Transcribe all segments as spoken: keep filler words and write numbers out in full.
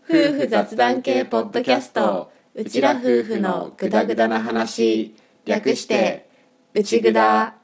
夫婦雑談系ポッドキャスト、うちら夫婦のグダグダな話、略してうちぐだ。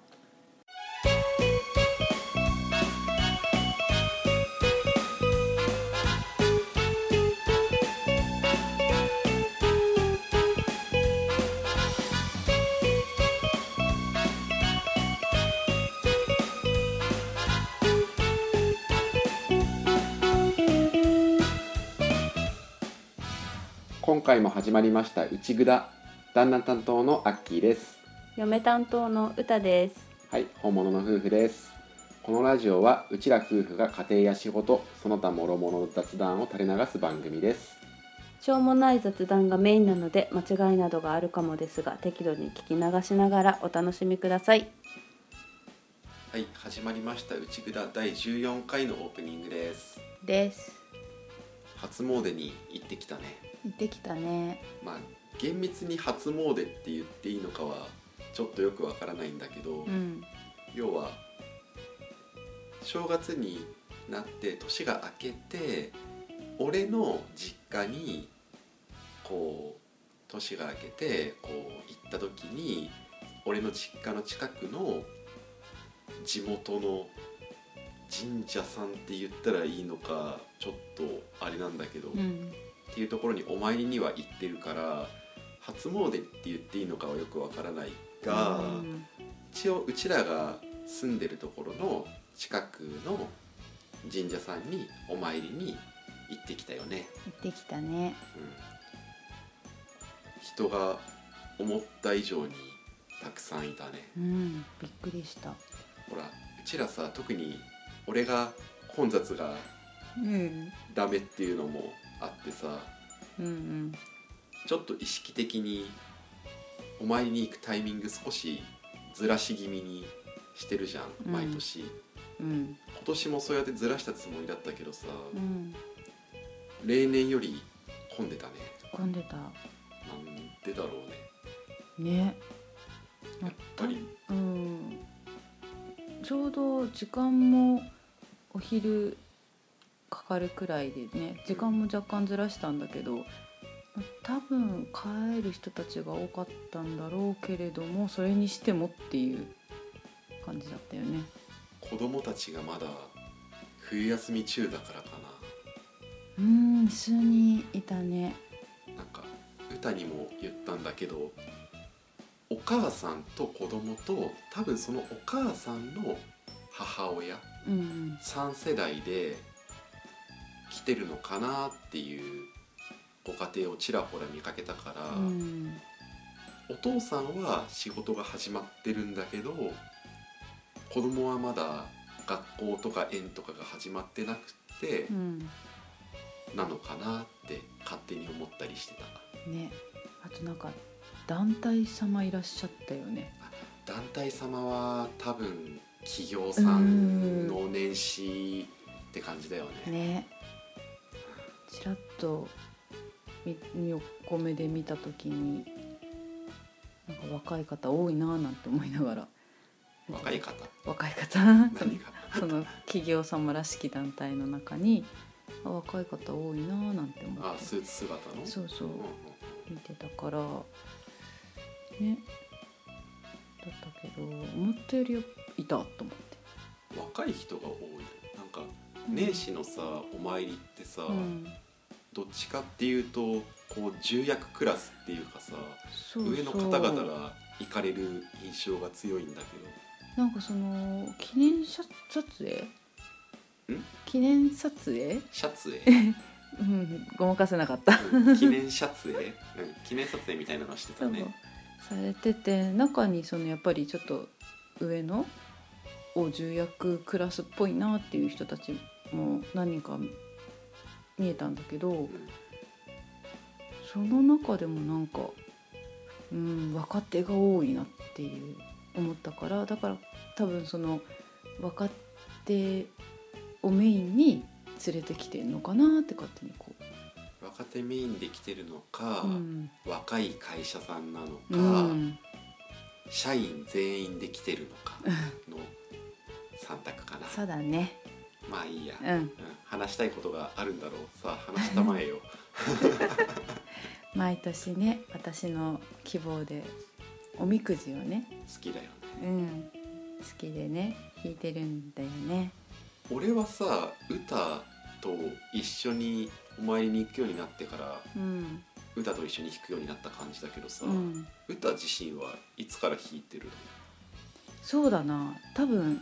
今回も始まりましたうちぐだ。旦那担当のアッキーです。 嫁担当のうたです。 はい、本物の夫婦です。このラジオはうちら夫婦が家庭や仕事、その他諸々の雑談を垂れ流す番組です。 しょうもない雑談がメインなので間違いなどがあるかもですが、適度に聞き流しながらお楽しみください。 はい、始まりましたうちぐだだいじゅうよんかいのオープニングです。 です初詣に行ってきたね。 行ってきたね。 まあ厳密に初詣って言っていいのかはちょっとよくわからないんだけど、 うん、 要は正月になって年が明けて、俺の実家にこう年が明けてこう行った時に、俺の実家の近くの地元の神社さんって言ったらいいのかちょっとあれなんだけど、 うん、 っていうところにお参りには行ってるから、初詣って言っていいのかはよくわからないが、うん、一応うちらが住んでるところの近くの神社さんにお参りに行ってきたよね。 行ってきたね、 うん、人が思った以上にたくさんいたね。 うん、びっくりした。 ほらうちらさ、特に俺が混雑がダメっていうのもあってさ、 うんうん、 ちょっと意識的にお参りに行くタイミング少しずらし気味にしてるじゃん、毎年、 うんうん、 今年もそうやってずらしたつもりだったけどさ、 うん、 例年より混んでたね。 混んでた。 なんでだろうね。 ね、 やっぱり、 うん、ちょうど時間もお昼かかるくらいでね、時間も若干ずらしたんだけど、多分帰る人たちが多かったんだろうけれども、それにしてもっていう感じだったよね。 子供たちがまだ冬休み中だからかな。 うーん、数人いたね。 なんか歌にも言ったんだけど、お母さんと子供と多分そのお母さんの母親、うん、さん世代で来てるのかなっていうご家庭をちらほら見かけたから、うん、お父さんは仕事が始まってるんだけど、子供はまだ学校とか園とかが始まってなくて、うん、なのかなって勝手に思ったりしてたね。あとなんか団体様いらっしゃったよね。 団体様は多分企業さんの年始って感じだよね。ね、 ちらっと横目で見た時に、なんか若い方多いななんて思いながら。 若い方若い方何がその企業様らしき団体の中に若い方多いななんて思って。 あ、スーツ姿の、 そうそう、うんうん、見てたからね、だったけど思ったよりいたと思って。 若い人が多い。なんか年始のさ、お参りってさ、うん、どっちかっていうとこう重役クラスっていうかさ、そうそう、上の方々が行かれる印象が強いんだけど、 なんかその記念撮影ん記念撮影撮影うん、ごまかせなかった、 うん、記念撮影、うん、記念撮影みたいなのしてたね。 されてて、中にそのやっぱりちょっと上のを重役クラスっぽいなっていう人たちも何人か見えたんだけど、うん、その中でもなんか、うん、若手が多いなっていう思ったから、だから多分その若手をメインに連れてきてるのかなって勝手にこう。若手メインで来てるのか、うん、若い会社さんなのか、うん、社員全員で来てるのかのさん択かな。 そうだね。 まあいいや、 うん、うん、 話したいことがあるんだろう。さあ話したまえよ毎年ね私の希望でおみくじをね好きだよね、 うん、好きでね引いてるんだよね。 俺はさ歌と一緒にお参りに行くようになってから、うん、歌と一緒に弾くようになった感じだけどさ、うん、歌自身はいつから弾いてるの？ そうだな、多分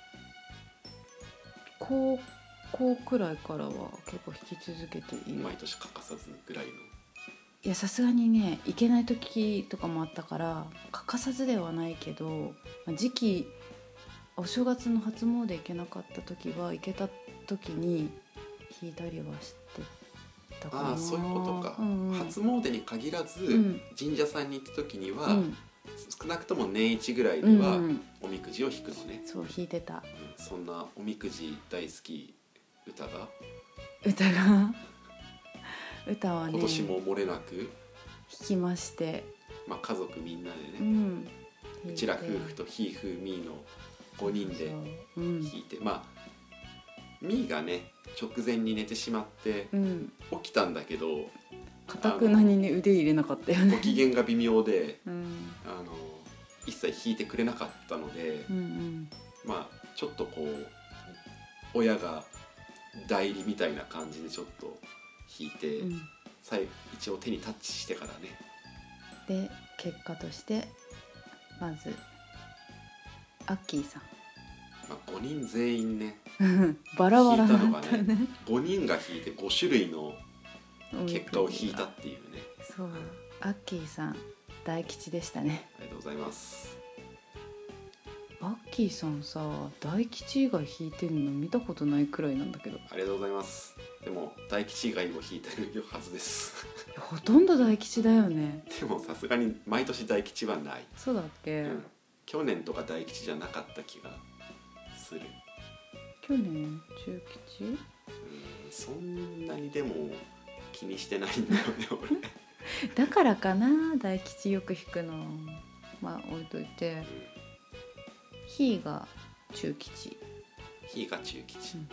高校くらいからは結構弾き続けている。 毎年欠かさずぐらいの。 いやさすがにね行けない時とかもあったから欠かさずではないけど、時期お正月の初詣行けなかった時は行けた時に弾いたりはしてたかな。 ああそういうことか、うんうん、初詣に限らず、うん、神社さんに行った時には、うん、少なくとも年一ぐらいではおみくじを引くのね、 うんうん、そう引いてた、うん、 そんなおみくじ大好き歌が歌が歌はね今年も漏れなく弾きまして、 まあ、家族みんなでね、うん、うちら夫婦とひーふーみーのごにんで弾いて、うん、まあみーがね直前に寝てしまって、うん、起きたんだけどかたくなにね腕入れなかったよね。 ご機嫌が微妙で、うん、あの一切弾いてくれなかったので、うんうん、まあちょっとこう親が代理みたいな感じでちょっと弾いて、うん、最一応手にタッチしてからね。 で結果としてまずアッキーさん、 まあ、ごにん全員ねバラバラだったね。 弾いたのがねごにんが弾いてご種類の結果を引いたっていうね。 そう、アッキーさん大吉でしたね。 ありがとうございます。 アッキーさんさ大吉以外引いてるの見たことないくらいなんだけど。 ありがとうございます。でも大吉以外も引いてるはずですほとんど大吉だよね。 でもさすがに毎年大吉はない。 そうだっけ、うん、 去年とか大吉じゃなかった気がする。 去年中吉？うん、 そんなにでも気にしてないんだよね俺だからかな大吉よく引くの。まあ置いといて、うん、ひーが中吉、 ひーが中吉、うん、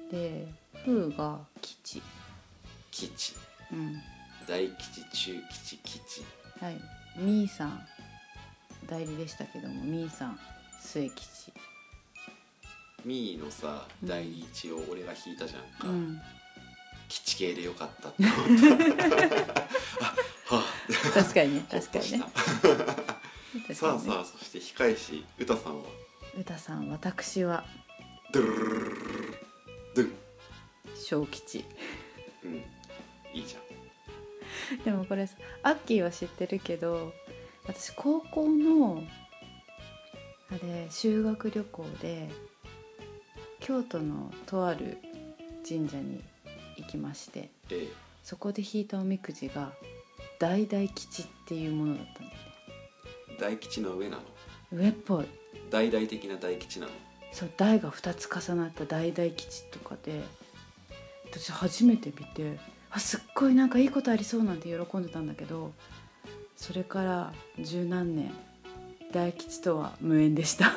でふーが吉吉、 うん、 大吉中吉吉、 はい、みーさん代理でしたけどもみーさん末吉。 みーのさ代理一応俺が引いたじゃんか、うん、吉系でよかったって思ったあ、はあ、 確かにね確かにねさあさあそして控えしうたさんはうたさん私はドゥルルルルルドゥン小吉。 うんいいじゃん。でもこれアッキーは知ってるけど私高校のあれ修学旅行で京都のとある神社に行きまして、ええ、そこで引いたおみくじが大大吉っていうものだったんだよね。 大吉の上なの？ 上っぽい。 大々的な大吉なの？ そう大がふたつ重なった大大吉とかで私初めて見てあすっごいなんかいいことありそうなんて喜んでたんだけどそれから十何年大吉とは無縁でした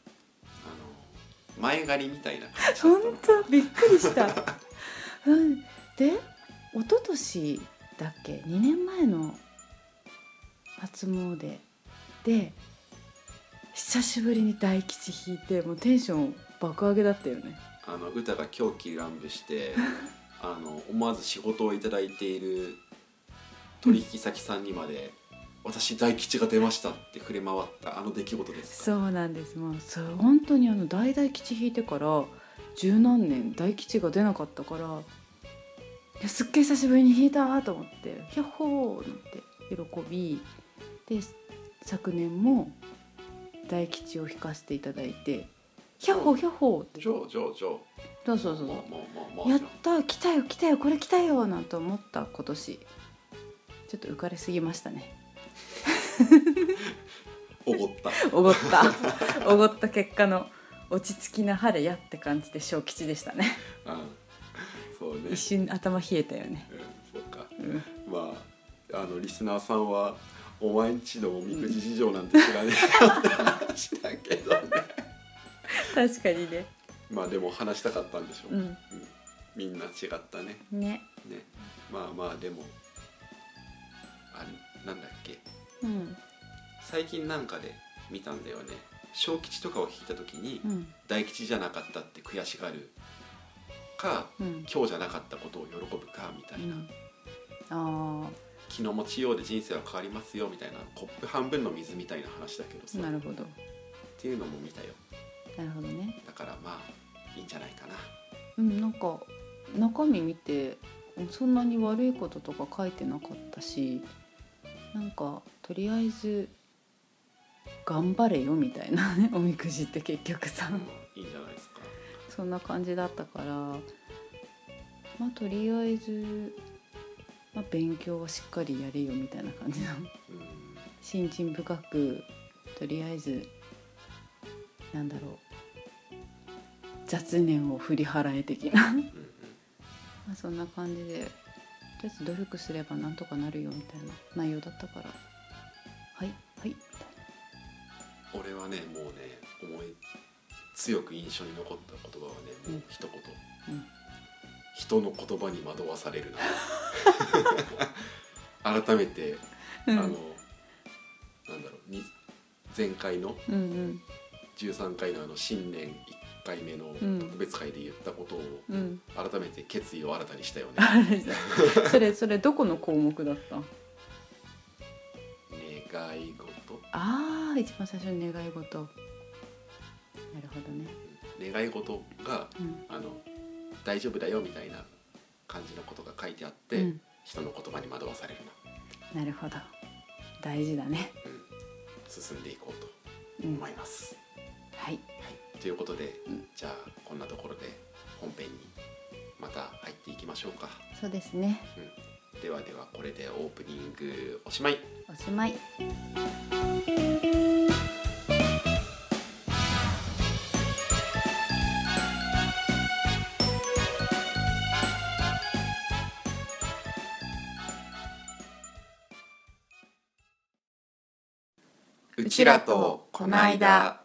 前借りみたいな感じ。 本当びっくりした、うん、で一昨年だっけにねんまえの初詣で久しぶりに大吉引いてもうテンション爆上げだったよね。 あの歌が狂喜乱舞してあの思わず仕事をいただいている取引先さんにまで、うん、私大吉が出ましたって触れ回ったあの出来事ですか？ そうなんです。もうそう本当にあの大大吉引いてから十何年大吉が出なかったからいやすっげえ久しぶりに引いたと思ってヒャッホーって喜びで昨年も大吉を引かせていただいてヒャッホーヒャッホーってジョージョージョーそうそうそうそう、やった来たよ来たよこれ来たよなんて思った今年ちょっと浮かれすぎましたねおごったおごったおごった結果の落ち着きな晴れやって感じで小吉でしたね、 うん、そうね一瞬頭冷えたよね、 うん、そうか、うん、まああのリスナーさんはお前んちのおみくじ事情なんて知らねえよって話だけどね確かにねまあでも話したかったんでしょう、 うんうん、みんな違ったねねね。まあまあでもあれなんだっけ、 うん、 最近なんかで見たんだよね。小吉とかを引いた時に、 うん、 大吉じゃなかったって悔しがるか、 うん、 今日じゃなかったことを喜ぶかみたいな、 うん、あ気の持ちようで人生は変わりますよみたいな、コップ半分の水みたいな話だけどさ、 なるほどっていうのも見たよ。 なるほどね。 だからまあいいんじゃないかな。 うん、なんか中身見てそんなに悪いこととか書いてなかったし、なんかとりあえず頑張れよみたいなね、おみくじって結局さ、 うん、いいんじゃないですか。 そんな感じだったから、まあとりあえず、まあ、勉強はしっかりやれよみたいな感じの、うん、信心深くとりあえずなんだろう、雑念を振り払え的な、うん、まあそんな感じで、とりあえず努力すればなんとかなるよみたいな内容だったから、はいはいみたいな。 俺はねもうね思い強く印象に残った言葉はね、もう一言、うん、人の言葉に惑わされるな改めて、うん、あのなんだろうに前回のじゅうさんかいのあの新年いっかいめの特別会で言ったことを改めて決意を新たにしたよね、 うん、それそれどこの項目だった？ 願い事。 ああ、一番最初に願い事。なるほどね。 願い事が、うん、あの大丈夫だよみたいな感じのことが書いてあって、うん、人の言葉に惑わされるな。なるほど。大事だね。 うん、進んでいこうと思います。 うん、はい、はい。ということで、うん、じゃあこんなところで本編にまた入っていきましょうか。 そうですね。 うん、ではではこれでオープニングおしまい。 おしまい。 うちらとこないだ。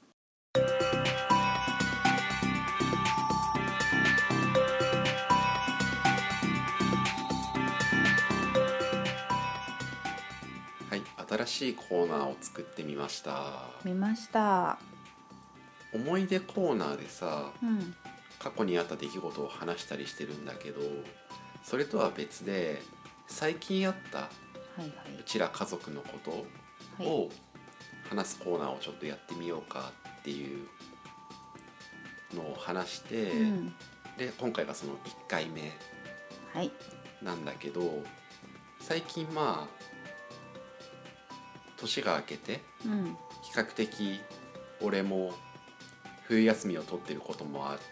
はい、新しいコーナーを作ってみました。 見ました。 思い出コーナーでさ、 うん、 過去にあった出来事を話したりしてるんだけど、それとは別で最近あった、 はいはい、 うちら家族のことを話すコーナーをちょっとやってみようかっていうのを話して、うん、で今回がそのいっかいめなんだけど、はい、最近まあ年が明けて、うん、比較的俺も冬休みを取ってることもあって、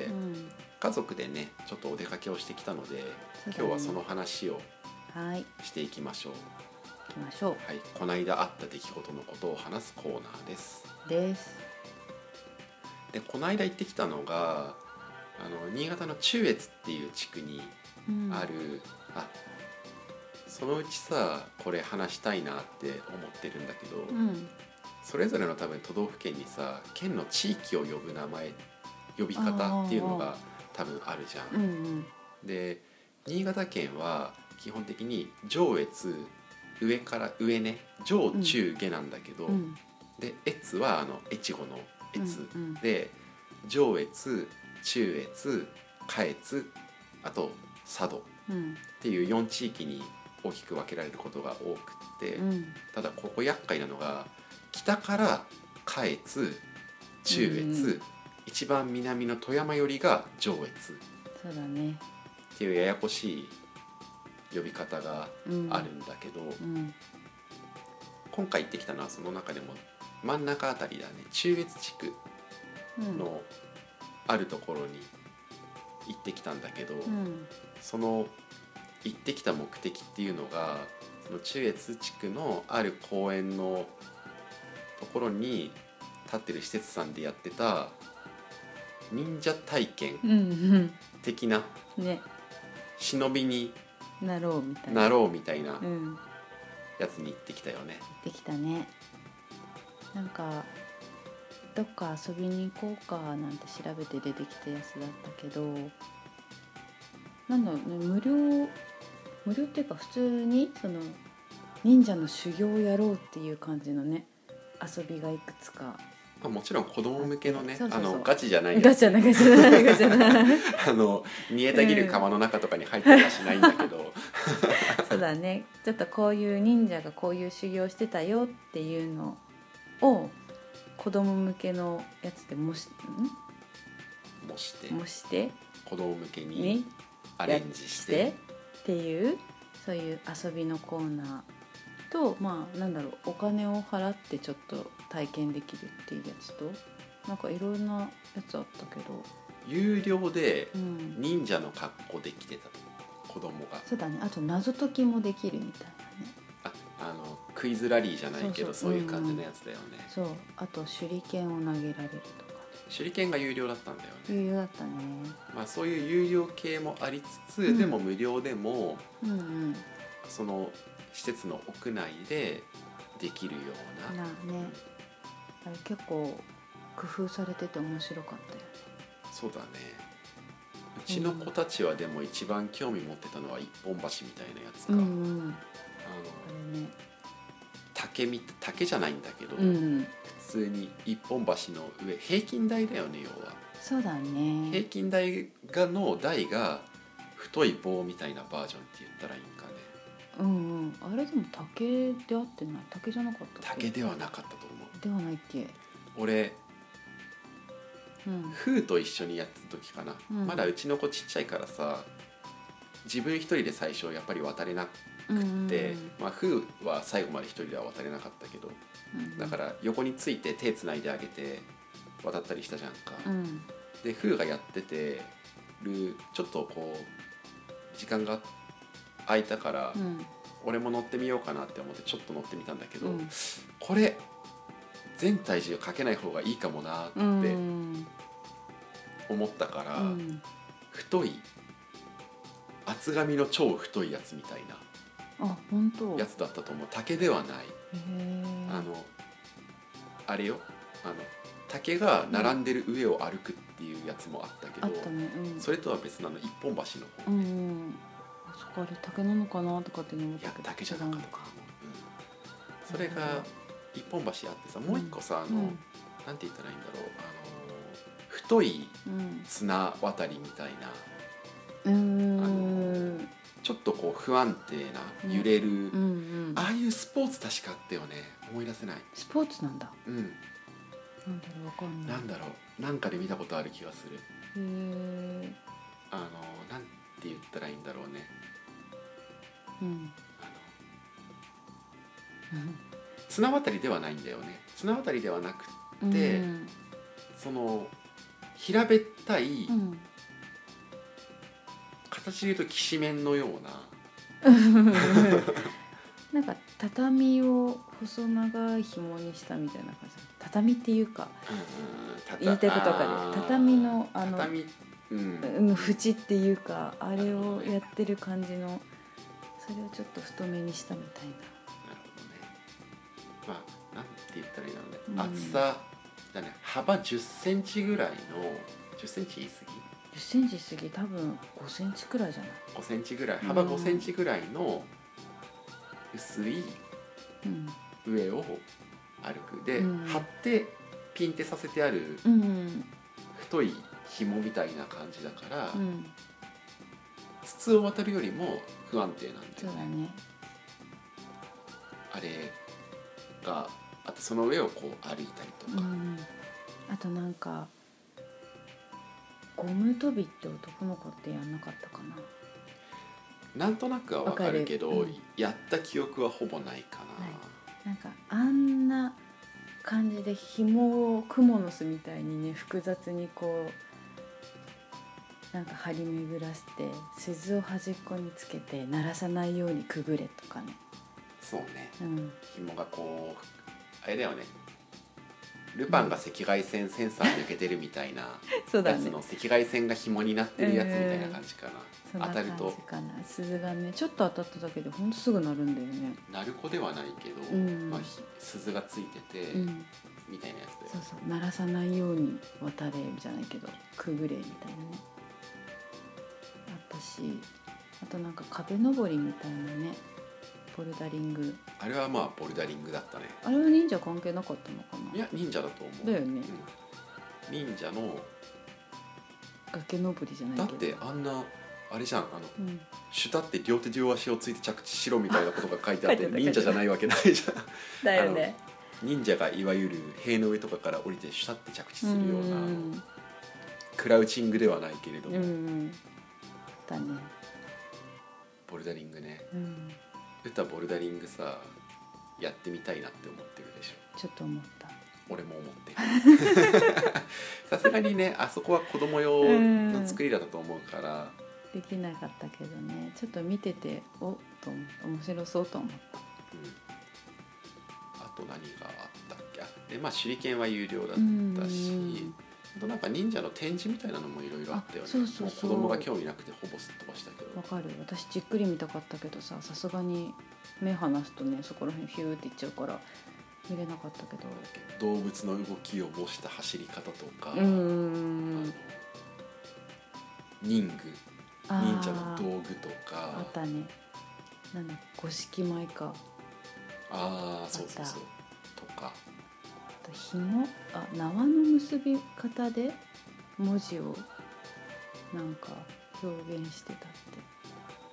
うん、家族でねちょっとお出かけをしてきたので、ね、今日はその話をしていきましょう。 いきましょう。 はい、この間あった出来事のことを話すコーナーです。 です。 で、この間行ってきたのがあの新潟の中越っていう地区にある、うん、あそのうちさこれ話したいなって思ってるんだけど、うん、それぞれの多分都道府県にさ県の地域を呼ぶ名前呼び方っていうのが多分あるじゃん。うんうん、で新潟県は基本的に上越上から上ね上中下なんだけど、うん、で越はあの越後の越、うんうん、で上越中越下越あと佐渡っていうよん地域に大きく分けられることが多くって、うん、ただここ厄介なのが北から下越中越、うん、一番南の富山よりが上越そうだねっていうややこしい呼び方があるんだけど、うんうん、今回行ってきたのはその中でも真ん中あたりだね中越地区のあるところに行ってきたんだけど、うん、その行ってきた目的っていうのがその中越地区のある公園のところに立ってる施設さんでやってた忍者体験的な、 うんうんね、 忍びになろうみたいななろうみたいなやつに行ってきたよね。 行ってきたね。なんかどっか遊びに行こうかなんて調べて出てきたやつだったけど、なんだろうね、無料無料っていうか普通にその忍者の修行をやろうっていう感じのね遊びがいくつか、 まあ、もちろん子供向けのね、 そうそうそう、 あのガチじゃないやつ、 ガチじゃないガチじゃないガチじゃないあの煮えたぎる釜の中とかに入ってはしないんだけどそうだね、ちょっとこういう忍者がこういう修行してたよっていうのを子供向けのやつで模し、ん模して模して子供向けににアレンジししててっていう、そういう遊びのコーナーと、まあなんだろう、お金を払ってちょっと体験できるっていうやつと、なんかいろんなやつあったけど、 有料でうん忍者の格好できてた子供が、 そうだね、あと謎解きもできるみたいなね。 ああのクイズラリーじゃないけど、 そうそうそういう感じのやつだよね、 そう、あと手裏剣を投げられるとか手裏剣が有料だったんだよね、 有料だったね。 まあ、そういう有料系もありつつ、 うんでも無料でもうんうん、 その施設の屋内でできるような、 なあね、あれ結構工夫されてて面白かったよね。 そうだね、うちの子たちはでも一番興味持ってたのは一本橋みたいなやつか、 うんうん、 あのあれね、 竹み竹じゃないんだけど、 うん、 普通に一本橋の上、平均台だよね、要はそうだね。 平均台がの台が太い棒みたいなバージョンって言ったらいいんかね。 うんうん、あれでも竹であってない？竹じゃなかったっけ？ 竹ではなかったと思う。 ではないっけ？ 俺うん、 フーと一緒にやってた時かな、 うん、 まだうちの子ちっちゃいからさ、自分一人で最初やっぱり渡れなくて、うんうん、まあフーは最後まで一人では渡れなかったけど、うんうん、だから横について手つないであげて渡ったりしたじゃんか、うん、でフーがやっててるちょっとこう時間が空いたから、うん、俺も乗ってみようかなって思ってちょっと乗ってみたんだけど、うん、これ全体重かけない方がいいかもなって思ったから、うん、太い厚紙の超太いやつみたいなあ、本当？ やつだったと思う。竹ではない。あのあれよ、あの竹が並んでる上を歩くっていうやつもあったけど、うん、ね、うん、それとは別なの、一本橋の方、ね、うんうん、 あそこあれ竹なのかなとかって思ったけど、 いや竹じゃなかったと思う、うん、それが一本橋あってさ、もう一個さ、あの、うん、なんて言ったらいいんだろう、あの太い綱渡りみたいな、うん、あのちょっとこう不安定な揺れる、うんうんうん、ああいうスポーツ確かあったよね、思い出せない。 スポーツなんだ。 うん。 なんだろう、わかんない。 なんだろう、なんかで見たことある気がする。 へー。 あのなんて言ったらいいんだろうね。 うん。 あの綱渡りではないんだよね。綱渡りではなくて、うん、その平べったい、うん、形でいうときしめんのようななんか畳を細長い紐にしたみたいな感じ。畳っていうか、うん、言いたいことかで畳のあの畳、うん、縁っていうか、あれをやってる感じの、それをちょっと太めにしたみたいな。 まあ、なんて言ったらいいのね、うん、厚さだね、幅じゅっセンチぐらいの、じゅっセンチ言い過ぎ？ じゅっセンチ過ぎ、多分ごセンチくらいじゃない？ ごセンチぐらい、幅ごセンチぐらいの薄い上を歩く、で、うん、貼ってピンってさせてある太い紐みたいな感じだから、うん、筒を渡るよりも不安定なんだよね。 そうだね。 あれがあと、その上をこう歩いたりとか、うん、 あとなんかゴム跳びって男の子ってやんなかったかな。なんとなくはわかるけど、うん、やった記憶はほぼないかな。なんかあんな感じで紐をクモの巣みたいにね、複雑にこうなんか張り巡らせて、鈴を端っこにつけて鳴らさないようにくぐれとかね。 そうね、うん、紐がこうあれだよね、ルパンが赤外線センサー抜けてるみたいなやつの赤外線が紐になってるやつみたいな感じかな、えー、当たると鈴がね、ちょっと当たっただけでほんとすぐ鳴るんだよね。 鳴る子ではないけど、うん、まあ、鈴がついてて、うん、 みたいなやつで、 そうそう鳴らさないように渡れじゃないけどくぐれみたいなねあったし、あとなんか壁登りみたいなねボルダリング、 あれはまあボルダリングだったね。 あれは忍者関係なかったのかな。 いや忍者だと思う。 だよね、 うん、忍者の崖登りじゃないけどだってあんなあれじゃん、あの、 うん、 シュタって両手両足をついて着地しろみたいなことが書いてあって書いてた忍者じゃないわけないじゃんだよね。 忍者がいわゆる塀の上とかから降りてシュタって着地するような、 うんクラウチングではないけれども、 うん、だね、 ボルダリングね、 うん、 歌ボルダリングさやってみたいなって思ってるでしょ。 ちょっと思った。 俺も思ってるさすがにねあそこは子供用の作りだったと思うから、 うん、できなかったけどね、ちょっと見てておっと面白そうと思った、 うん、あと何があったっけ。あでまあ手裏剣は有料だったし、うんあとなんか忍者の展示みたいなのもいろいろあったよね。 そうそうそう、 もう子供が興味なくてほぼすっ飛ばしたけど。 わかる。私じっくり見たかったけどさ、さすがに目離すとねそこら辺ヒューっていっちゃうから見れなかったけど、 動物の動きを模した走り方とか、 うーん忍具忍者の道具とかあったね。なんだ五色米か、 ああそうそうそうとか、 あと紐あ縄の結び方で文字をなんか表現してたって。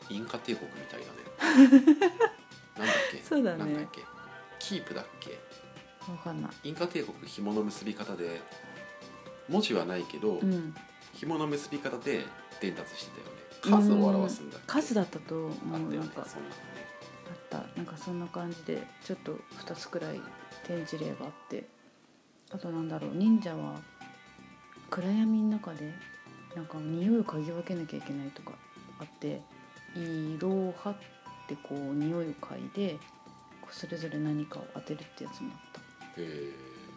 インカ帝国みたいだねなんだっけそうだね、 なんだっけキープだっけわかんない。 インカ帝国紐の結び方で文字はないけど、うん、紐の結び方で伝達してたよね。数を表すんだっけ。 数だったと思う。 あったよね、 なんかそんなのねあった。なんかそんな感じでちょっとふたつくらい展示例があって、あとなんだろう、忍者は暗闇の中でなんか匂いを嗅ぎ分けなきゃいけないとかあって、色を貼ってこう匂いを嗅いでこうそれぞれ何かを当てるってやつもあった。 へえ。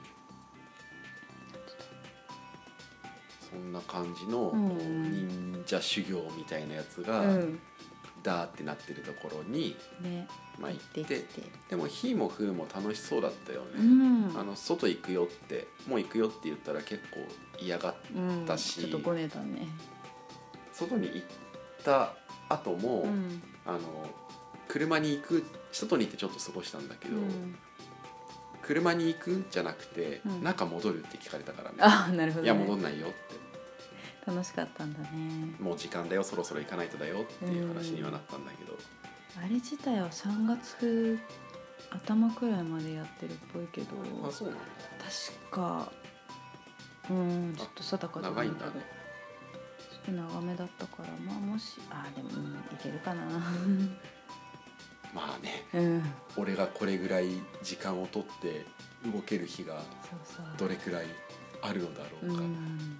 そんな感じの忍者修行みたいなやつが、うん、ダーってなってるところに、ね、まあ行って、でもひーもふーも楽しそうだったよね、うん、あの外行くよってもう行くよって言ったら結構嫌がったし、 うん、ちょっとごねたね。 外に行った後も、うん、あの車に行く外に行ってちょっと過ごしたんだけど、うん、車に行くじゃなくて、うん、中戻るって聞かれたからね。 あ、なるほどね。 いや戻んないよって。 楽しかったんだね。 もう時間だよ、そろそろ行かないとだよっていう話にはなったんだけど、 あれ自体はさんがつ頭くらいまでやってるっぽいけど。 あ、そうなんだ。 確かうんちょっと定かじゃないけど、 長いんだね。 ちょっと長めだったから、まあもしあでも、うん、いけるかなまあね、 うん、 俺がこれぐらい時間を取って動ける日がどれくらいあるのだろうか。そうそう、うん、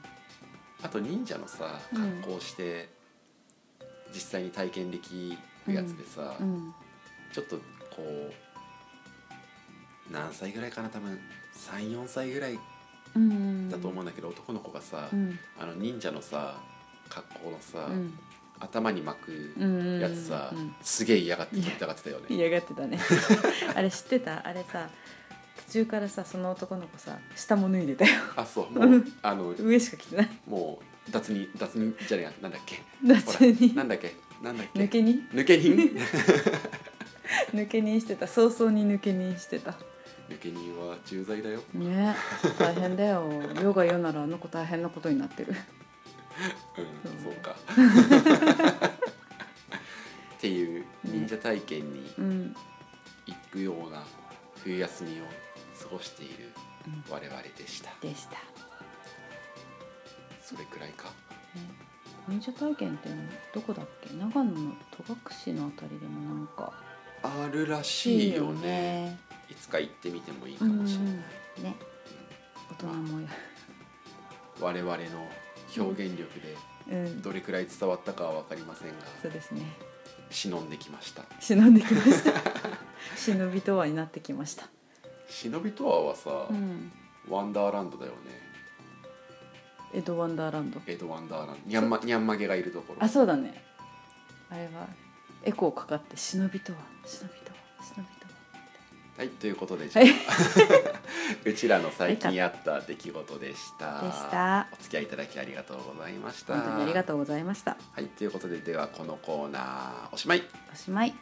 あと忍者のさ格好して、うん、実際に体験できるやつでさ、うんうん、ちょっとこう何歳ぐらいかな、多分 さん,よん 歳ぐらいだと思うんだけど、男の子がさ、うん、あの忍者のさ格好のさ、うん、頭に巻くやつさ、うんうんうん、すげえ嫌がって嫌がってたよね。 嫌がってたねあれ知ってた？あれさ途中からさその男の子さ下も脱いでたよ。 あ、そうもうあの上しか着てない。 もう脱に脱にじゃねえなんだっけ脱になんだっけなんだっけ抜けに抜けに抜けにしてた。早々に抜けにしてた。 抜け人は重罪だよね。大変だよ。世が世ならあの子大変なことになってるうん、そうかっていう忍者体験に行くような冬休みを過ごしている我々でした、 うん、でしたそれくらいか、 ね、忍者体験ってどこだっけ？長野の戸隠のあたりでもなんかあるらしいよね。いいよね。いつか行ってみてもいいかもしれない、うん、ね、 うん、大人もや我々の表現力でどれくらい伝わったかは分かりませんが、うん、 そうですね、 忍んできました。 忍んできました忍びとはになってきました。 忍びとははさ、うん、ワンダーランドだよね。 江戸ワンダーランド。 江戸ワンダーランド。にゃんまにゃんまげがいるところ。 あ、そうだね。あれはエコーかかって忍びとは忍びとは忍びとは。 はい、ということでじゃあうちらの最近あった出来事でしたでしたお付き合いいただきありがとうございました。 本当にありがとうございました。 はい、ということでではこのコーナーおしまい。 おしまい。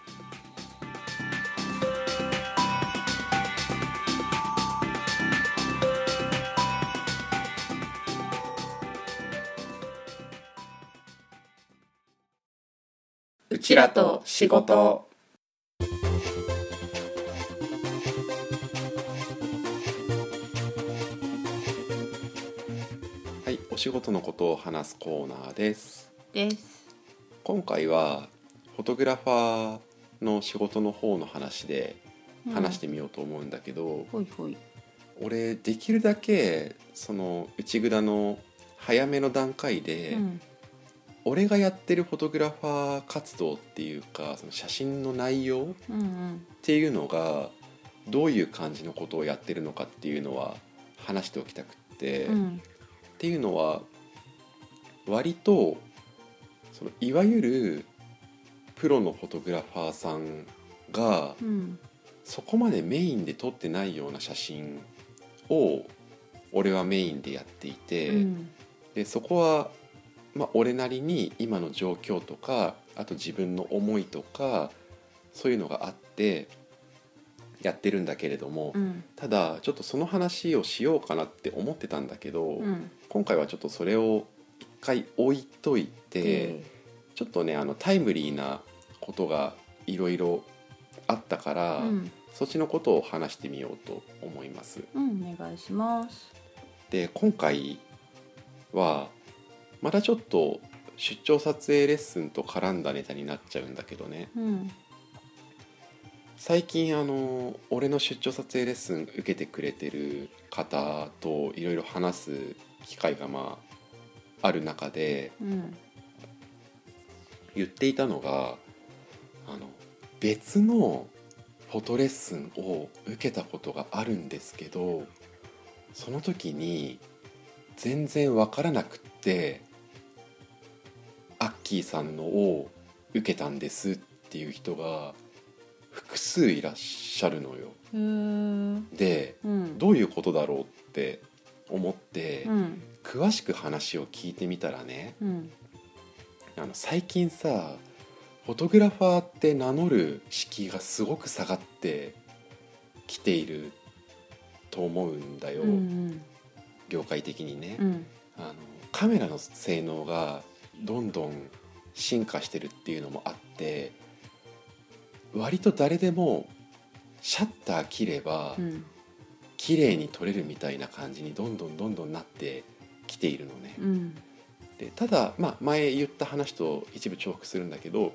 うちらと仕事。はい、お仕事のことを話すコーナーです。 です。 今回はフォトグラファーの仕事の方の話で話してみようと思うんだけど、うん、 ほいほい。 俺できるだけその内蔵の早めの段階で、うん、俺がやってるフォトグラファー活動っていうかその写真の内容っていうのがどういう感じのことをやってるのかっていうのは話しておきたくって、うん、っていうのは割とそのいわゆるプロのフォトグラファーさんがそこまでメインで撮ってないような写真を俺はメインでやっていて、うん、でそこはまあ、俺なりに今の状況とかあと自分の思いとかそういうのがあってやってるんだけれども、うん、ただちょっとその話をしようかなって思ってたんだけど、うん、今回はちょっとそれを一回置いといて、うん、ちょっとねあのタイムリーなことがいろいろあったから、うん、そっちのことを話してみようと思います。 うん、お願いします。 で今回はまたちょっと出張撮影レッスンと絡んだネタになっちゃうんだけどね、うん、最近あの俺の出張撮影レッスン受けてくれてる方といろいろ話す機会がまあある中で、うん、言っていたのがあの別のフォトレッスンを受けたことがあるんですけどその時に全然わからなくってアッキーさんのを受けたんですっていう人が複数いらっしゃるのよ。うーんで、うん、どういうことだろうって思って、うん、詳しく話を聞いてみたらね、うん、あの最近さフォトグラファーって名乗る敷居がすごく下がってきていると思うんだよ、うんうん、業界的にね、うん、あのカメラの性能がどんどん進化してるっていうのもあって割と誰でもシャッター切れば綺麗に撮れるみたいな感じにどんどんどんどんなってきているのね、うん、でただ、まあ、前言った話と一部重複するんだけど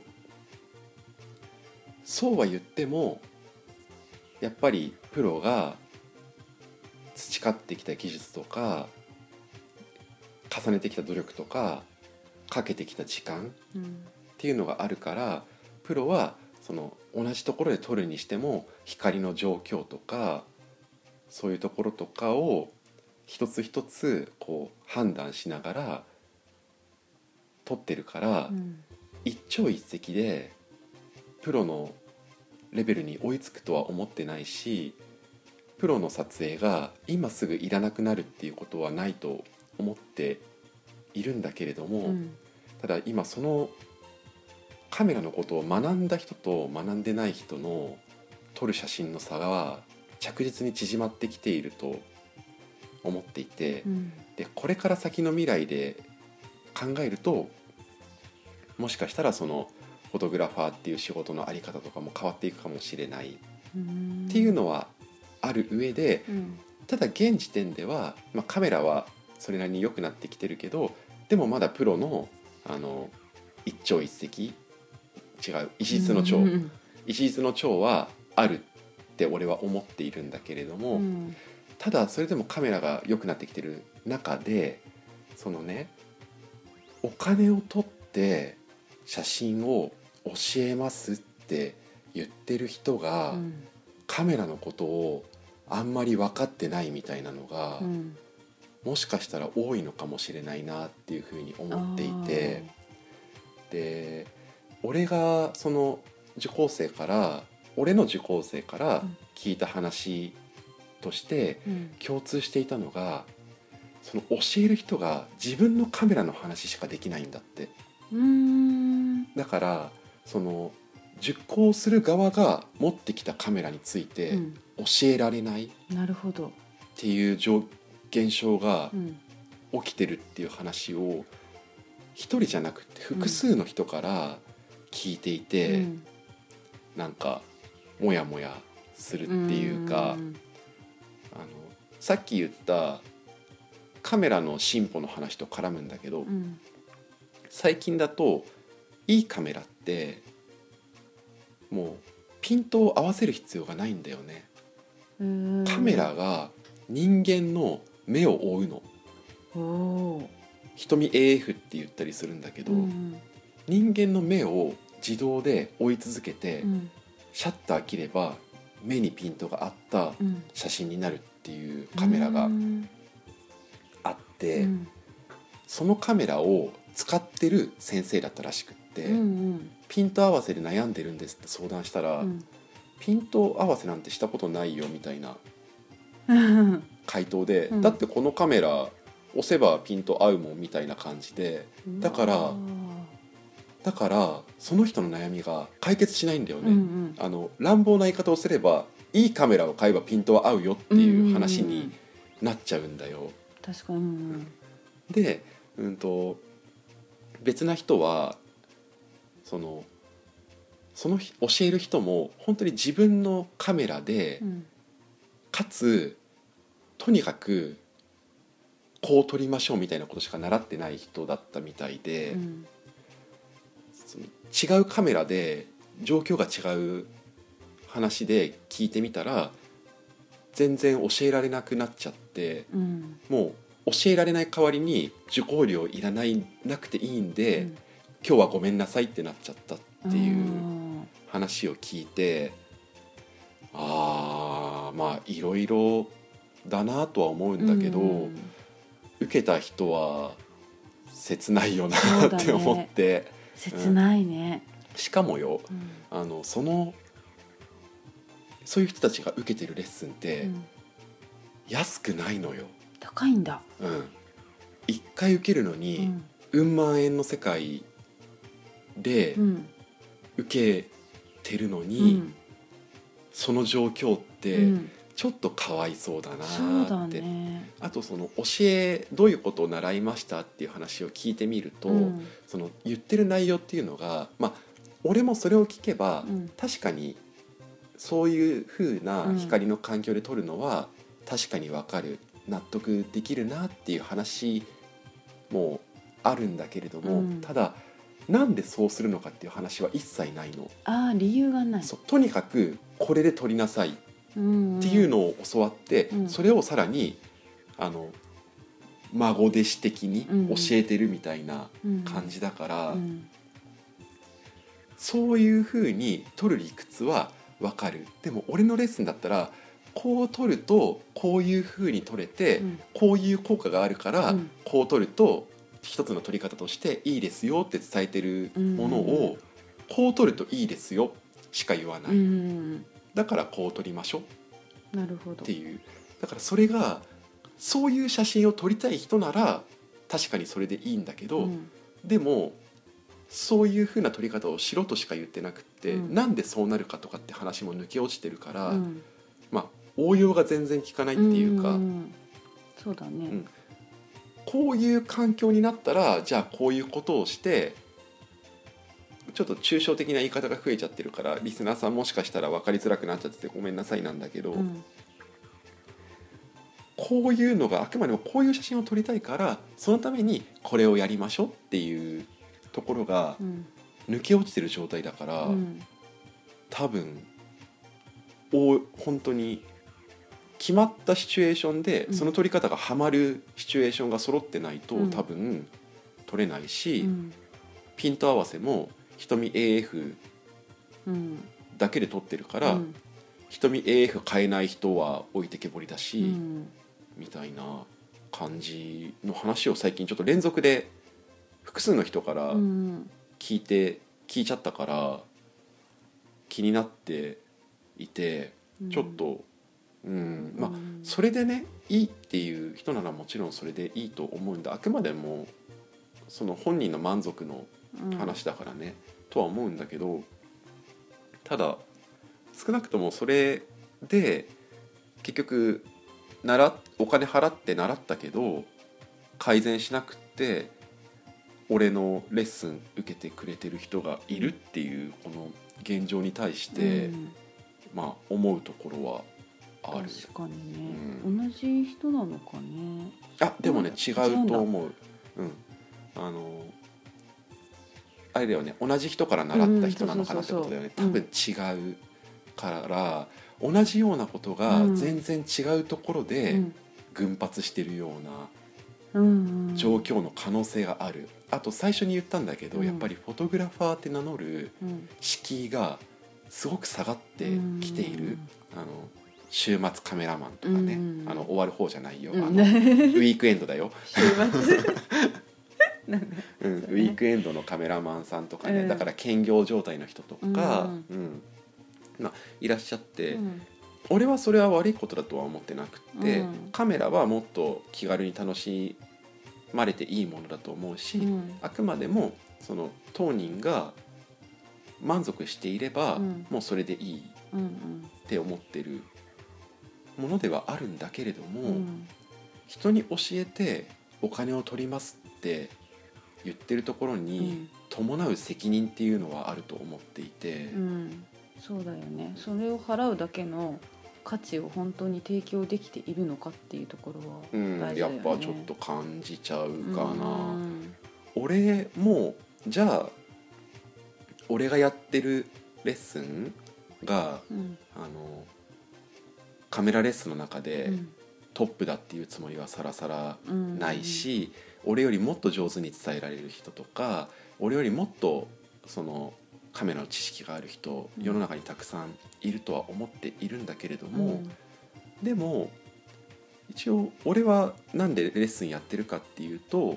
そうは言ってもやっぱりプロが培ってきた技術とか重ねてきた努力とかかけてきた時間っていうのがあるから、うん、プロはその同じところで撮るにしても光の状況とかそういうところとかを一つ一つこう判断しながら撮ってるから、うん、一朝一夕でプロのレベルに追いつくとは思ってないしプロの撮影が今すぐいらなくなるっていうことはないと思っているんだけれども、うん、ただ今そのカメラのことを学んだ人と学んでない人の撮る写真の差は着実に縮まってきていると思っていて、うん、でこれから先の未来で考えるともしかしたらそのフォトグラファーっていう仕事の在り方とかも変わっていくかもしれないっていうのはある上で、うん、ただ現時点では、まあ、カメラはそれなりに良くなってきてるけどでもまだプロのあの一朝一夕違う石質の長、うん、石質の長はあるって俺は思っているんだけれども、うん、ただそれでもカメラが良くなってきてる中でそのねお金を取って写真を教えますって言ってる人が、うん、カメラのことをあんまり分かってないみたいなのが、うん、もしかしたら多いのかもしれないなっていうふうに思っていてで俺がその受講生から俺の受講生から聞いた話としてうん共通していたのが、その教える人が自分のカメラの話しかできないんだって。 うーんだからその受講する側が持ってきたカメラについてうん教えられないっなるほど。 ていう状現象がうん起きてるっていう話を一人じゃなくて複数の人から聞いていて、 うんなんかモヤモヤするっていうか、 んあのさっき言ったカメラの進歩の話と絡むんだけど、 うん最近だといいカメラってもうピントを合わせる必要がないんだよね。 うんカメラが人間の目を追うの。 おー瞳 エーエフ って言ったりするんだけど、 うん人間の目を自動で追い続けて、 うんシャッター切れば目にピントが合ったうん写真になるっていうカメラがうんあって、 うんそのカメラを使ってる先生だったらしくって、 うんピント合わせで悩んでるんですって相談したら、 うんピント合わせなんてしたことないよみたいなうん回答で、 うんだってこのカメラ押せばピント合うもんみたいな感じで、だからうわだからその人の悩みが解決しないんだよね、 ーうんうんあの乱暴な言い方をすればいいカメラを買えばピントは合うよっていう話になっちゃうんだよ。 確かにうんで、うんと別な人はそのその教える人も本当に自分のカメラで、 うんかつとにかくこう撮りましょうみたいなことしか習ってない人だったみたいで、 うんその違うカメラで状況が違う話で聞いてみたら全然教えられなくなっちゃって、 うんもう教えられない代わりに受講料いらないなくていいんで、 うん今日はごめんなさいってなっちゃったっていううん話を聞いて、ああまあいろいろだなとは思うんだけど、 うん受けた人は切ないよなそうだねって思って、 切ないね、 しかもよ、 うんあのそのそういう人たちが受けてるレッスンってうん安くないのよ。 高いんだ、 うん、いっかい受けるのうにんうん万円の世界でうん受けてるのうに、 んその状況ってうんちょっとかわいそうだなそうだって、 ね、 あとその教えどういうことを習いましたっていう話を聞いてみると、 うんその言ってる内容っていうのが、まあ俺もそれを聞けば、 うん確かにそういう風な光の環境で撮るのは確かに分かる、納得できるなっていう話もあるんだけれども、 うんただなんでそうするのかっていう話は一切ないの。 ああ理由がない、 そうとにかくこれで撮りなさいっうんうん、 ていうのを教わって、 うんそれをさらにあの孫弟子的に教えてるみたいな感じだから、 うんそういう風に取る理屈は分かる。でも俺のレッスンだったらこう取るとこういう風に取れて、 うんこういう効果があるから、 うんこう取ると一つの取り方としていいですよって伝えてるものを、こう取るといいですよしか言わない、 うんだからこう取りましょうなるほどっていう。だからそれがそういう写真を撮りたい人なら確かにそれでいいんだけど、 うんでもそういう風な撮り方をしろとしか言ってなくって、 うんなんでそうなるかとかって話も抜け落ちてるから、 うんまあ応用が全然効かないっていうか、 んそうだね、 うんこういう環境になったらじゃあこういうことをして、ちょっと抽象的な言い方が増えちゃってるからリスナーさんもしかしたら分かりづらくなっちゃっててごめんなさいなんだけど、 うんこういうのがあくまでもこういう写真を撮りたいからそのためにこれをやりましょうっていうところがうん抜け落ちてる状態だから、 うん多分お本当に決まったシチュエーションでうんその撮り方がハマるシチュエーションが揃ってないと、 うん多分撮れないし、 うんピント合わせも瞳 エーエフうんだけで撮ってるから、 うん瞳 エーエフ 変えない人は置いてけぼりだし、 うんみたいな感じの話を最近ちょっと連続で複数の人からうん聞いて聞いちゃったから気になっていて、 うん、 ちょっと、うんまあ、それでねいいっていう人ならもちろんそれでいいと思うんだ。あくまでもその本人の満足の話だからね、うん、とは思うんだけど、ただ少なくともそれで結局習お金払って習ったけど改善しなくって俺のレッスン受けてくれてる人がいるっていうこの現状に対して、うん、まあ思うところはある。 確かにね、うん、同じ人なのかね。 あでもね違うと思う。うんあのあれだよね、同じ人から習った人なのかなってことだよね。多分違うから、うん、同じようなことが全然違うところで群発してるような状況の可能性がある。あと最初に言ったんだけど、うん、やっぱりフォトグラファーって名乗る敷居がすごく下がってきている、うん、あの週末カメラマンとかね、うん、あの終わる方じゃないよ、うん、あのウィークエンドだよ週末うん、ウィークエンドのカメラマンさんとかね、うん、だから兼業状態の人とか、うんうんまあ、いらっしゃって、うん、俺はそれは悪いことだとは思ってなくて、うん、カメラはもっと気軽に楽しまれていいものだと思うし、うん、あくまでもその当人が満足していれば、うん、もうそれでいいって思ってるものではあるんだけれども、うん、人に教えてお金を取りますって言ってるところに伴う責任っていうのはあると思っていて、 うん、そうだよね。それを払うだけの価値を本当に提供できているのかっていうところは大事だよね、 うん、やっぱちょっと感じちゃうかな、うん、俺もじゃあ俺がやってるレッスンが、うん、あのカメラレッスンの中でトップだっていうつもりはさらさらないし、うん、俺よりもっと上手に伝えられる人とか俺よりもっとそのカメラの知識がある人、うん、世の中にたくさんいるとは思っているんだけれども、うん、でも一応俺はなんでレッスンやってるかっていうと、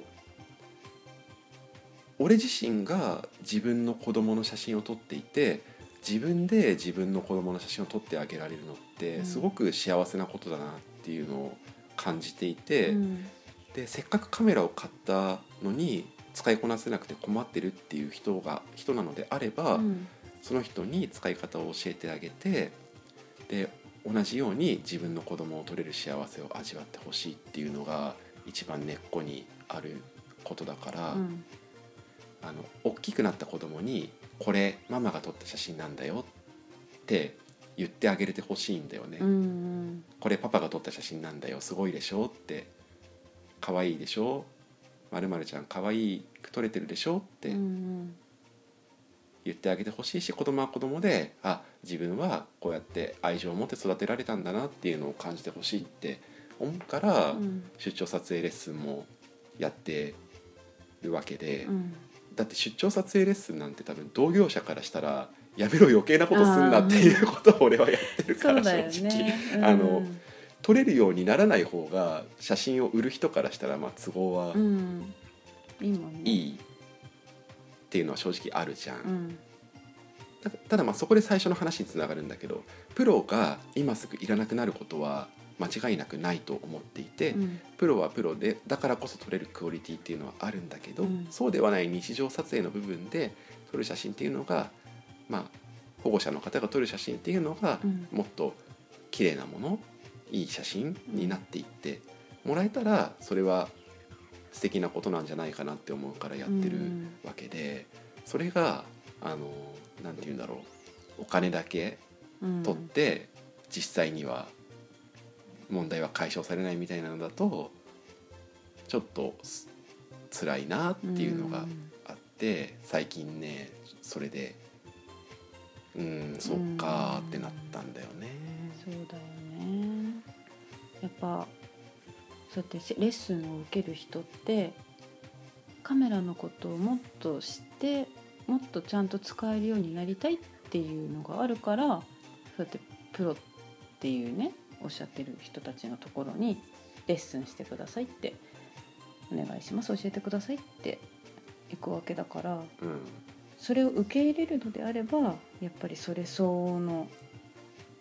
俺自身が自分の子供の写真を撮っていて自分で自分の子供の写真を撮ってあげられるのってすごく幸せなことだなっていうのを感じていて、うん、でせっかくカメラを買ったのに使いこなせなくて困ってるっていう人が人なのであれば、うん、その人に使い方を教えてあげて、で同じように自分の子供を撮れる幸せを味わってほしいっていうのが一番根っこにあることだから、うん、あの大きくなった子供にこれママが撮った写真なんだよって言ってあげれてほしいんだよね、うんうん、これパパが撮った写真なんだよすごいでしょって可愛いでしょ〇〇ちゃん可愛く撮れてるでしょって言ってあげてほしいし、子供は子供であ自分はこうやって愛情を持って育てられたんだなっていうのを感じてほしいって思うから、うん、出張撮影レッスンもやってるわけで、うん、だって出張撮影レッスンなんて多分同業者からしたらやめろ余計なことすんなっていうことを俺はやってるから正直、ねうん、あの撮れるようにならない方が写真を売る人からしたらまあ都合は、うん、いいもんね、いいっていうのは正直あるじゃん、うん、た, ただまあそこで最初の話につながるんだけど、プロが今すぐいらなくなることは間違いなくないと思っていて、うん、プロはプロでだからこそ撮れるクオリティっていうのはあるんだけど、うん、そうではない日常撮影の部分で撮る写真っていうのが、まあ、保護者の方が撮る写真っていうのがもっと綺麗なもの、いい写真になっていってもらえたらそれは素敵なことなんじゃないかなって思うからやってるわけで、それがあのなんていうんだろう、お金だけ取って実際には問題は解消されないみたいなのだとちょっと辛いなっていうのがあって、最近ねそれでうーんそっかってなったんだよね。 そうだよね。やっぱそうやってレッスンを受ける人ってカメラのことをもっと知ってもっとちゃんと使えるようになりたいっていうのがあるから、そうやってプロっていうねおっしゃってる人たちのところにレッスンしてくださいってお願いします教えてくださいって行くわけだから、うん、それを受け入れるのであればやっぱりそれ相応の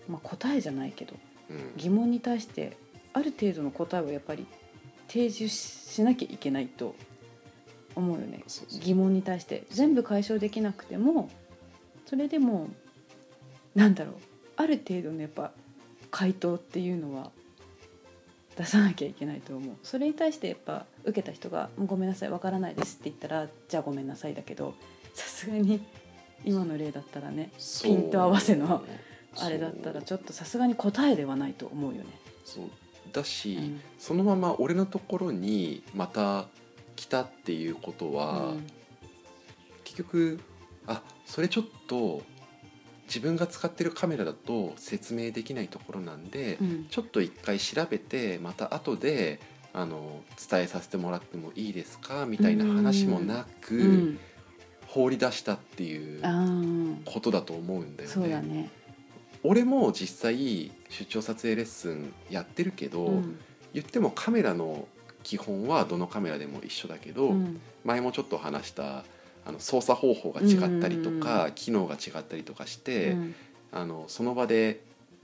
まあ、答えじゃないけど、 うん、 疑問に対してある程度の答えをやっぱり提示しなきゃいけないと思うよね。 そうそう、 疑問に対して全部解消できなくてもそれでもなんだろう、ある程度のやっぱ回答っていうのは出さなきゃいけないと思う。それに対してやっぱ受けた人がごめんなさいわからないですって言ったらじゃあごめんなさいだけど、さすがに今の例だったらねピント合わせのあれだったらちょっとさすがに答えではないと思うよね。 そうだし、 うん、 そのまま俺のところにまた来たっていうことは、うん、結局あそれちょっと自分が使ってるカメラだと説明できないところなんで、うん、ちょっと一回調べてまた後であの伝えさせてもらってもいいですかみたいな話もなく、うん、放り出したっていうことだと思うんだよね。 そうだね。 俺も実際出張撮影レッスンやってるけど、うん、言ってもカメラの基本はどのカメラでも一緒だけど、うん、前もちょっと話したあの操作方法が違ったりとか、うん、機能が違ったりとかして、うん、あのその場で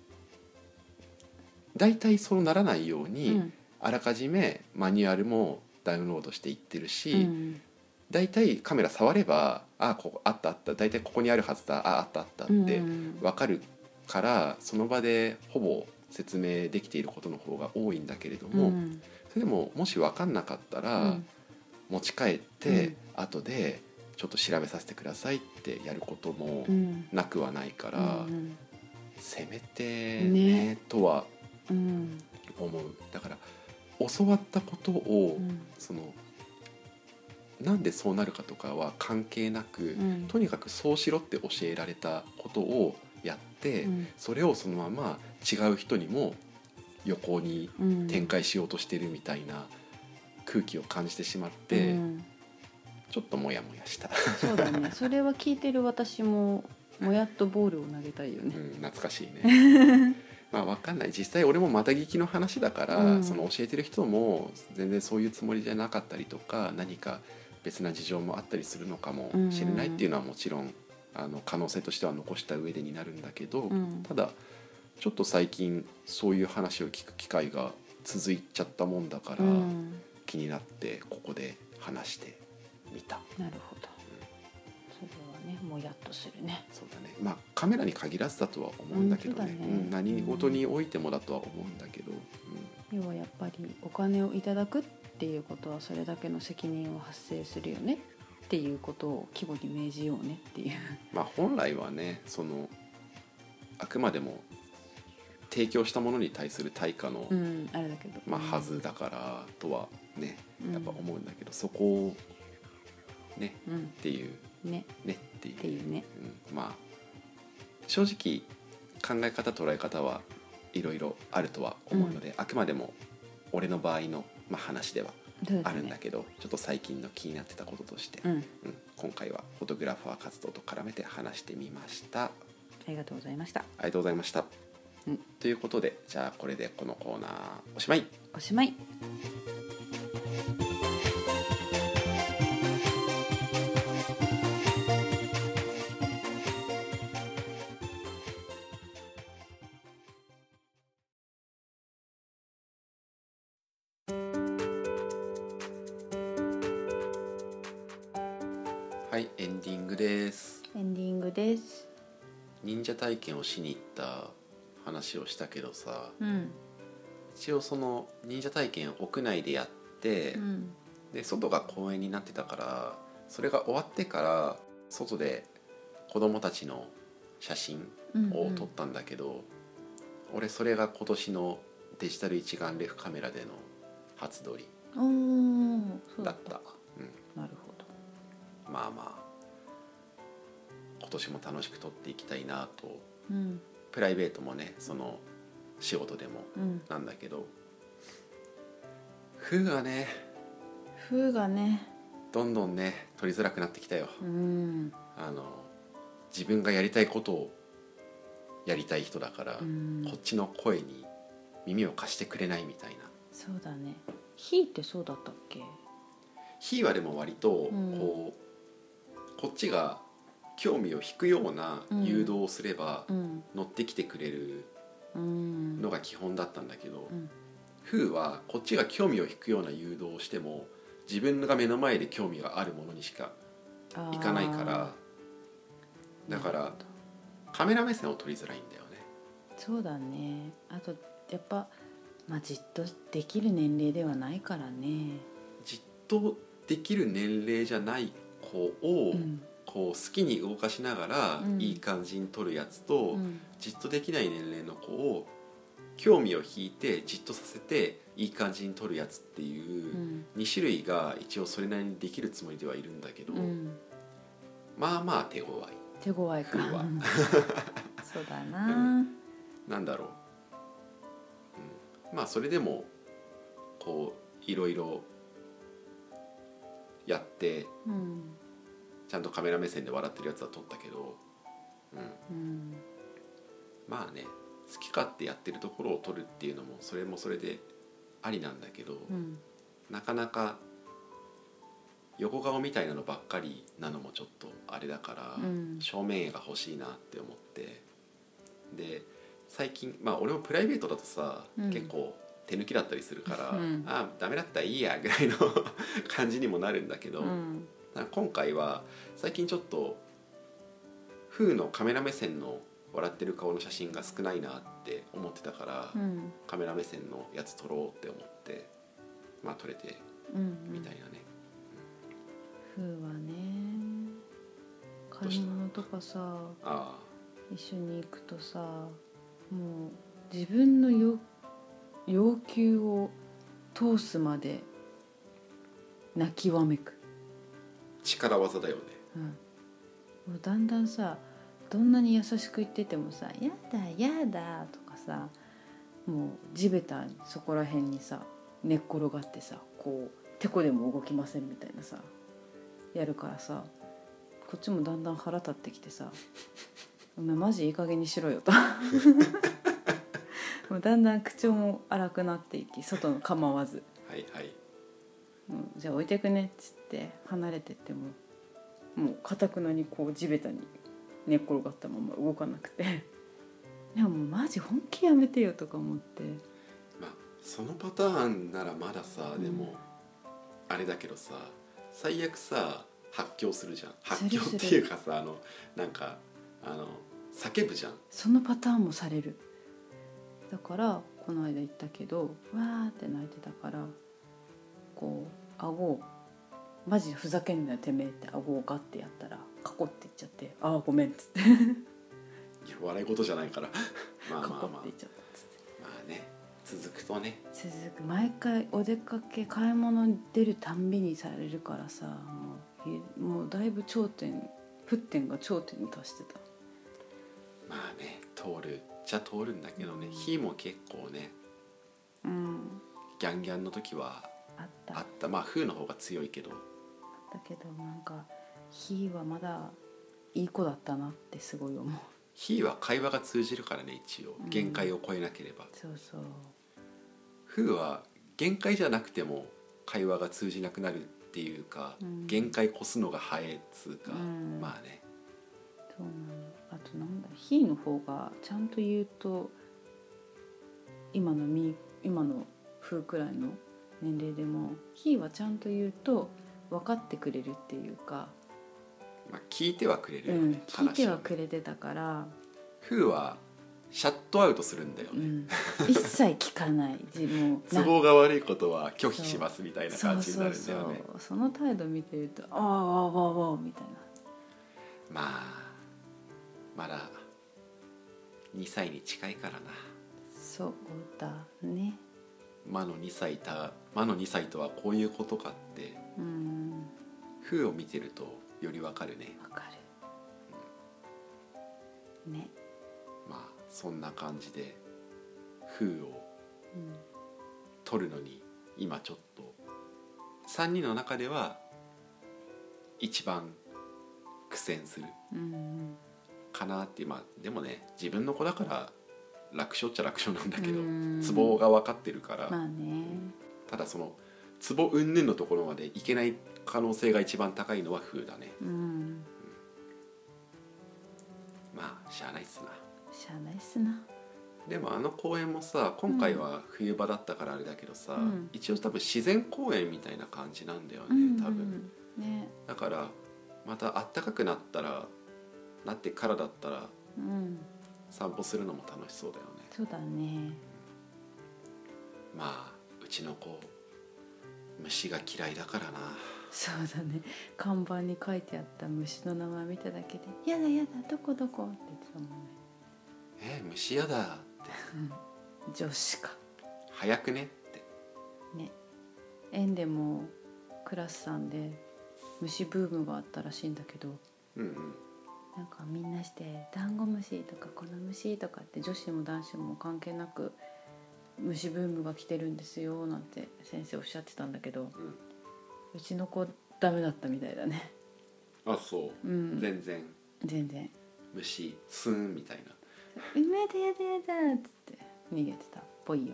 だいたいそうならないように、うん、あらかじめマニュアルもダウンロードしていってるし、だいたいカメラ触ればあここあったあっただいたいここにあるはずだああったあったって分かるから、その場でほぼ説明できていることの方が多いんだけれども、うん、それでももし分かんなかったら、うん、持ち帰って、うん、後でちょっと調べさせてくださいってやることもなくはないから、うん、せめてね、ねとは思う。だから教わったことを、そのなんでそうなるかとかは関係なく、とにかくそうしろって教えられたことをやって、うん、それをそのまま違う人にも横に展開しようとしてるみたいな空気を感じてしまって、うん、ちょっとモヤモヤした。 そうだね。それは聞いてる私ももやっとボールを投げたいよね、 うん、懐かしいね。まあ分かんない、実際俺もまた聞きの話だから、うん、その教えてる人も全然そういうつもりじゃなかったりとか、何か別な事情もあったりするのかもしれないっていうのはもちろんあの可能性としては残した上でになるんだけど、うん、ただちょっと最近そういう話を聞く機会が続いちゃったもんだから、うん、気になってここで話してみた。 なるほど、うん、それはねもやっとするね。 そうだね。まあカメラに限らずだとは思うんだけどね、うんねうん、何事においてもだとは思うんだけど、 うん、要はやっぱりお金をいただくっていうことはそれだけの責任を発生するよねっていうことを規模に銘じようねっていう。 まあ本来はね、そのあくまでも提供したものに対する対価の、うん、あれだけど、まあはずだからとはね、やっぱ思うんだけど、うん、そこをね、うん、っていうねねっていう、 っていうね、 うん、まあ正直考え方捉え方はいろいろあるとは思うので、うん、あくまでも俺の場合の、まあ、話ではあるんだけど、ね、ちょっと最近の気になってたこととして、うんうん、今回はフォトグラファー活動と絡めて話してみました。 ありがとうございました。ありがとうございました、うん、ということでじゃあこれでこのコーナーおしまい。 おしまい。 はい、エンディングです。 エンディングです。 忍者体験をしに行った話をしたけどさ、 うん、 一応その忍者体験屋内でやって、うん、で外が公園になってたから、それが終わってから外で子供たちの写真を撮ったんだけど、うんうん、俺それが今年のデジタル一眼レフカメラでの初撮りだった。うん、 なるほど。 まあまあ今年も楽しく撮っていきたいなと、うん、プライベートもね、その仕事でもなんだけど、うん、風がね風がねどんどんね撮りづらくなってきたよ、 うん、 あの自分がやりたいことをやりたい人だから、うん、こっちの声に耳を貸してくれないみたいな。 そうだね。ひーってそうだったっけ？ ひーはでも割とこう、うん、こっちが興味を引くような誘導をすれば、 うん、 乗ってきてくれるのが基本だったんだけど、うん、風はこっちが興味を引くような誘導をしても自分が目の前で興味があるものにしかいかないから、だからカメラ目線を取りづらいんだよね。 そうだね。あとやっぱ、まあ、じっとできる年齢ではないからね。 じっとできる年齢じゃない子を、うん、こう好きに動かしながらいい感じに撮るやつと、うん、じっとできない年齢の子を興味を引いてじっとさせていい感じに撮るやつっていうに種類が一応それなりにできるつもりではいるんだけど、うん、まあまあ手強い手強いかそうだな、 うん、なんだろう、うん、まあそれでもこういろいろやって、うん、ちゃんとカメラ目線で笑ってるやつは撮ったけど、うんうん、まあね好き勝手やってるところを撮るっていうのもそれもそれでありなんだけど、うん、なかなか横顔みたいなのばっかりなのもちょっとあれだから、うん、正面絵が欲しいなって思って、で最近まあ俺もプライベートだとさ、うん、結構手抜きだったりするから、うん、あダメだったらいいやぐらいの感じにもなるんだけど、うん、今回は最近ちょっと風のカメラ目線の笑ってる顔の写真が少ないなって思ってたから、うん、カメラ目線のやつ撮ろうって思ってまあ撮れてみたいなね。 風、うんうん、はね買い物とかさあ一緒に行くとさもう自分の要要求を通すまで泣きわめく力技だよね、 うん、もうだんだんさどんなに優しく言っててもさやだやだとかさもう地べたそこら辺にさ寝っ転がってさこうてこでも動きませんみたいなさやるからさこっちもだんだん腹立ってきてさお前マジいい加減にしろよともうだんだん口調も荒くなっていき外の構わずはいはい、 うん、じゃあ置いてくねっつって離れてってももう堅くなにこう地べたに寝っ転がったまま動かなくてでももうマジ本気やめてよとか思って、 まあそのパターンならまださ、うん、でもあれだけどさ最悪さ発狂するじゃん。発狂っていうかさあのなんかあの叫ぶじゃん。 そのパターンもされる。だからこの間言ったけどわーって泣いてたからこう顎をマジふざけんなよてめえって顎をガッてやったらカコって言っちゃってああごめんっつっていや笑い事じゃないからまあまあまあカコって言っちゃったっつってまあね続くとね続く毎回お出かけ買い物に出るたんびにされるからさもう、もうだいぶ頂点沸点が頂点に達してた。 まあね通るじゃ通るんだけどね、うん、火も結構ね、うん、ギャンギャンの時はあったあったまあ風の方が強いけどだけどなんか火はまだいい子だったなってすごい思う。 火は会話が通じるからね一応限界を超えなければ、 うん、そうそう風は限界じゃなくても会話が通じなくなるっていうか、うん、限界越すのが早いっつうか、うん、まあねそうなの。あとなんだ火の方がちゃんと言うと今のみ今の風くらいの年齢でも火はちゃんと言うと分かってくれるっていうか、 まあ、聞いてはくれるよね、 うん、聞いてはくれてたから風はシャットアウトするんだよね、うん、 一切聞かない自分都合が悪いことは拒否しますみたいな感じになるんだよね。そうそうそうその態度見てるとああああああみたいな。 まあまだにさいに近いからな。 そうだね。 魔のにさいた魔のにさいとはこういうことかってうん風を見てるとよりわかるね。 わかる、うん、ね。 まあそんな感じで風を取るのに今ちょっとさんにんの中では一番苦戦するかなっていう。まあでもね自分の子だから楽勝っちゃ楽勝なんだけどツボが分かってるから、 まあね、 ただそのツボ云々のところまでいけない可能性が一番高いのは風だね。うん、 しゃあないっすな。 しゃあないっすな。 でもあの公園もさ、今回は冬場だったからあれだけどさ、うん、一応多分自然公園みたいな感じなんだよね、うんうん、多分、ね、だからまた暖かくなったらなってからだったら、うん、散歩するのも楽しそうだよね。 そうだね。 まあうちの子虫が嫌いだからな。 そうだね。看板に書いてあった虫の名前見ただけで「やだやだどこどこ」って言ってたもんね。 えー、虫やだって女子か早くねってね。園でもクラスさんで虫ブームがあったらしいんだけど、うんうん、なんかみんなしてダンゴムシとかこの虫とかって女子も男子も関係なく虫ブームが来てるんですよなんて先生おっしゃってたんだけど、うん、うちの子ダメだったみたいだね。 あ、そう、うん、全然全然虫スーンみたいな 「うめえだやだやだ」っつって逃げてたっぽいよ。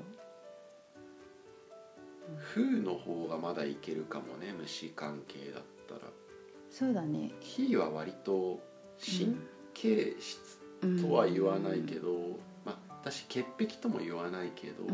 フーの方がまだいけるかもね、虫関係だったら。 そうだね。 ヒーは割と神経質とは言わないけど、うん、まあ私潔癖とも言わないけど、うん、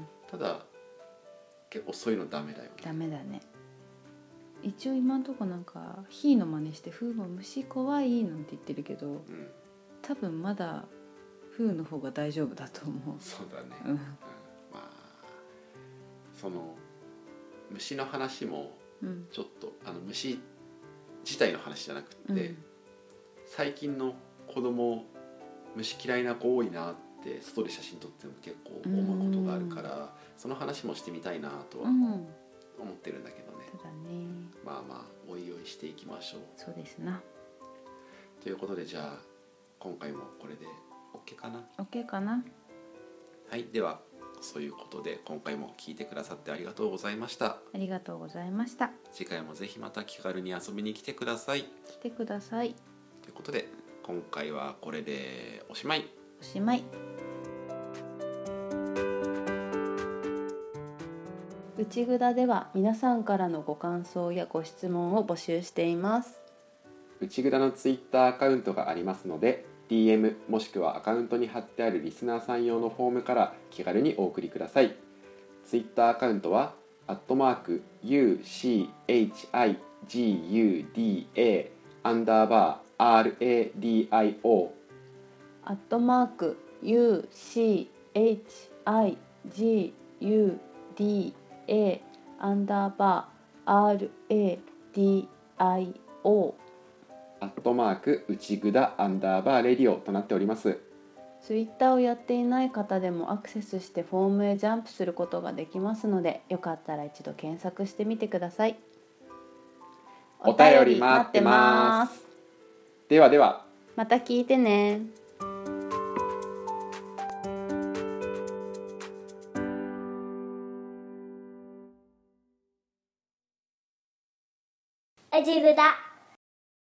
ただ結構そういうのダメだよね。 ダメだね。一応今んとこなんかヒーの真似してフーも虫怖いなんて言ってるけど、うん、多分まだフーの方が大丈夫だと思う。 そうだね、うんうん、まあその虫の話もちょっと、うん、あの虫自体の話じゃなくて、うん、最近の子供虫嫌いな子多いなって外で写真撮っても結構思うことがあるから、うん、その話もしてみたいなとは思ってるんだけどね、 うん、そうだね。 まあまあおいおいしていきましょう。 そうですな。 ということでじゃあ今回もこれで OK かな。 OK かな。 はい、ではそういうことで今回も聞いてくださってありがとうございました。 ありがとうございました。 次回もぜひまた気軽に遊びに来てください。 来てください。 ということで今回はこれでおしまい。 おしまい。内ぐだでは皆さんからのご感想やご質問を募集しています。 内ぐだのツイッターアカウントがありますのでディーエム もしくはアカウントに貼ってあるリスナーさん用のフォームから気軽にお送りください。ツイッターアカウントはアットマーク ユーシーエイチアイジーユーディーエー アンダーバー アールエーディーアイオーアットマーク ユーシーエイチアイジーユーディーエー アンダーバー アールエーディーアイオーアットマーク内ぐだアンダーバーレディオとなっております。 ツイッターをやっていない方でもアクセスしてフォームへジャンプすることができますので、よかったら一度検索してみてください。 お便り待ってます。ではでは、 また聞いてね。 内ぐだ。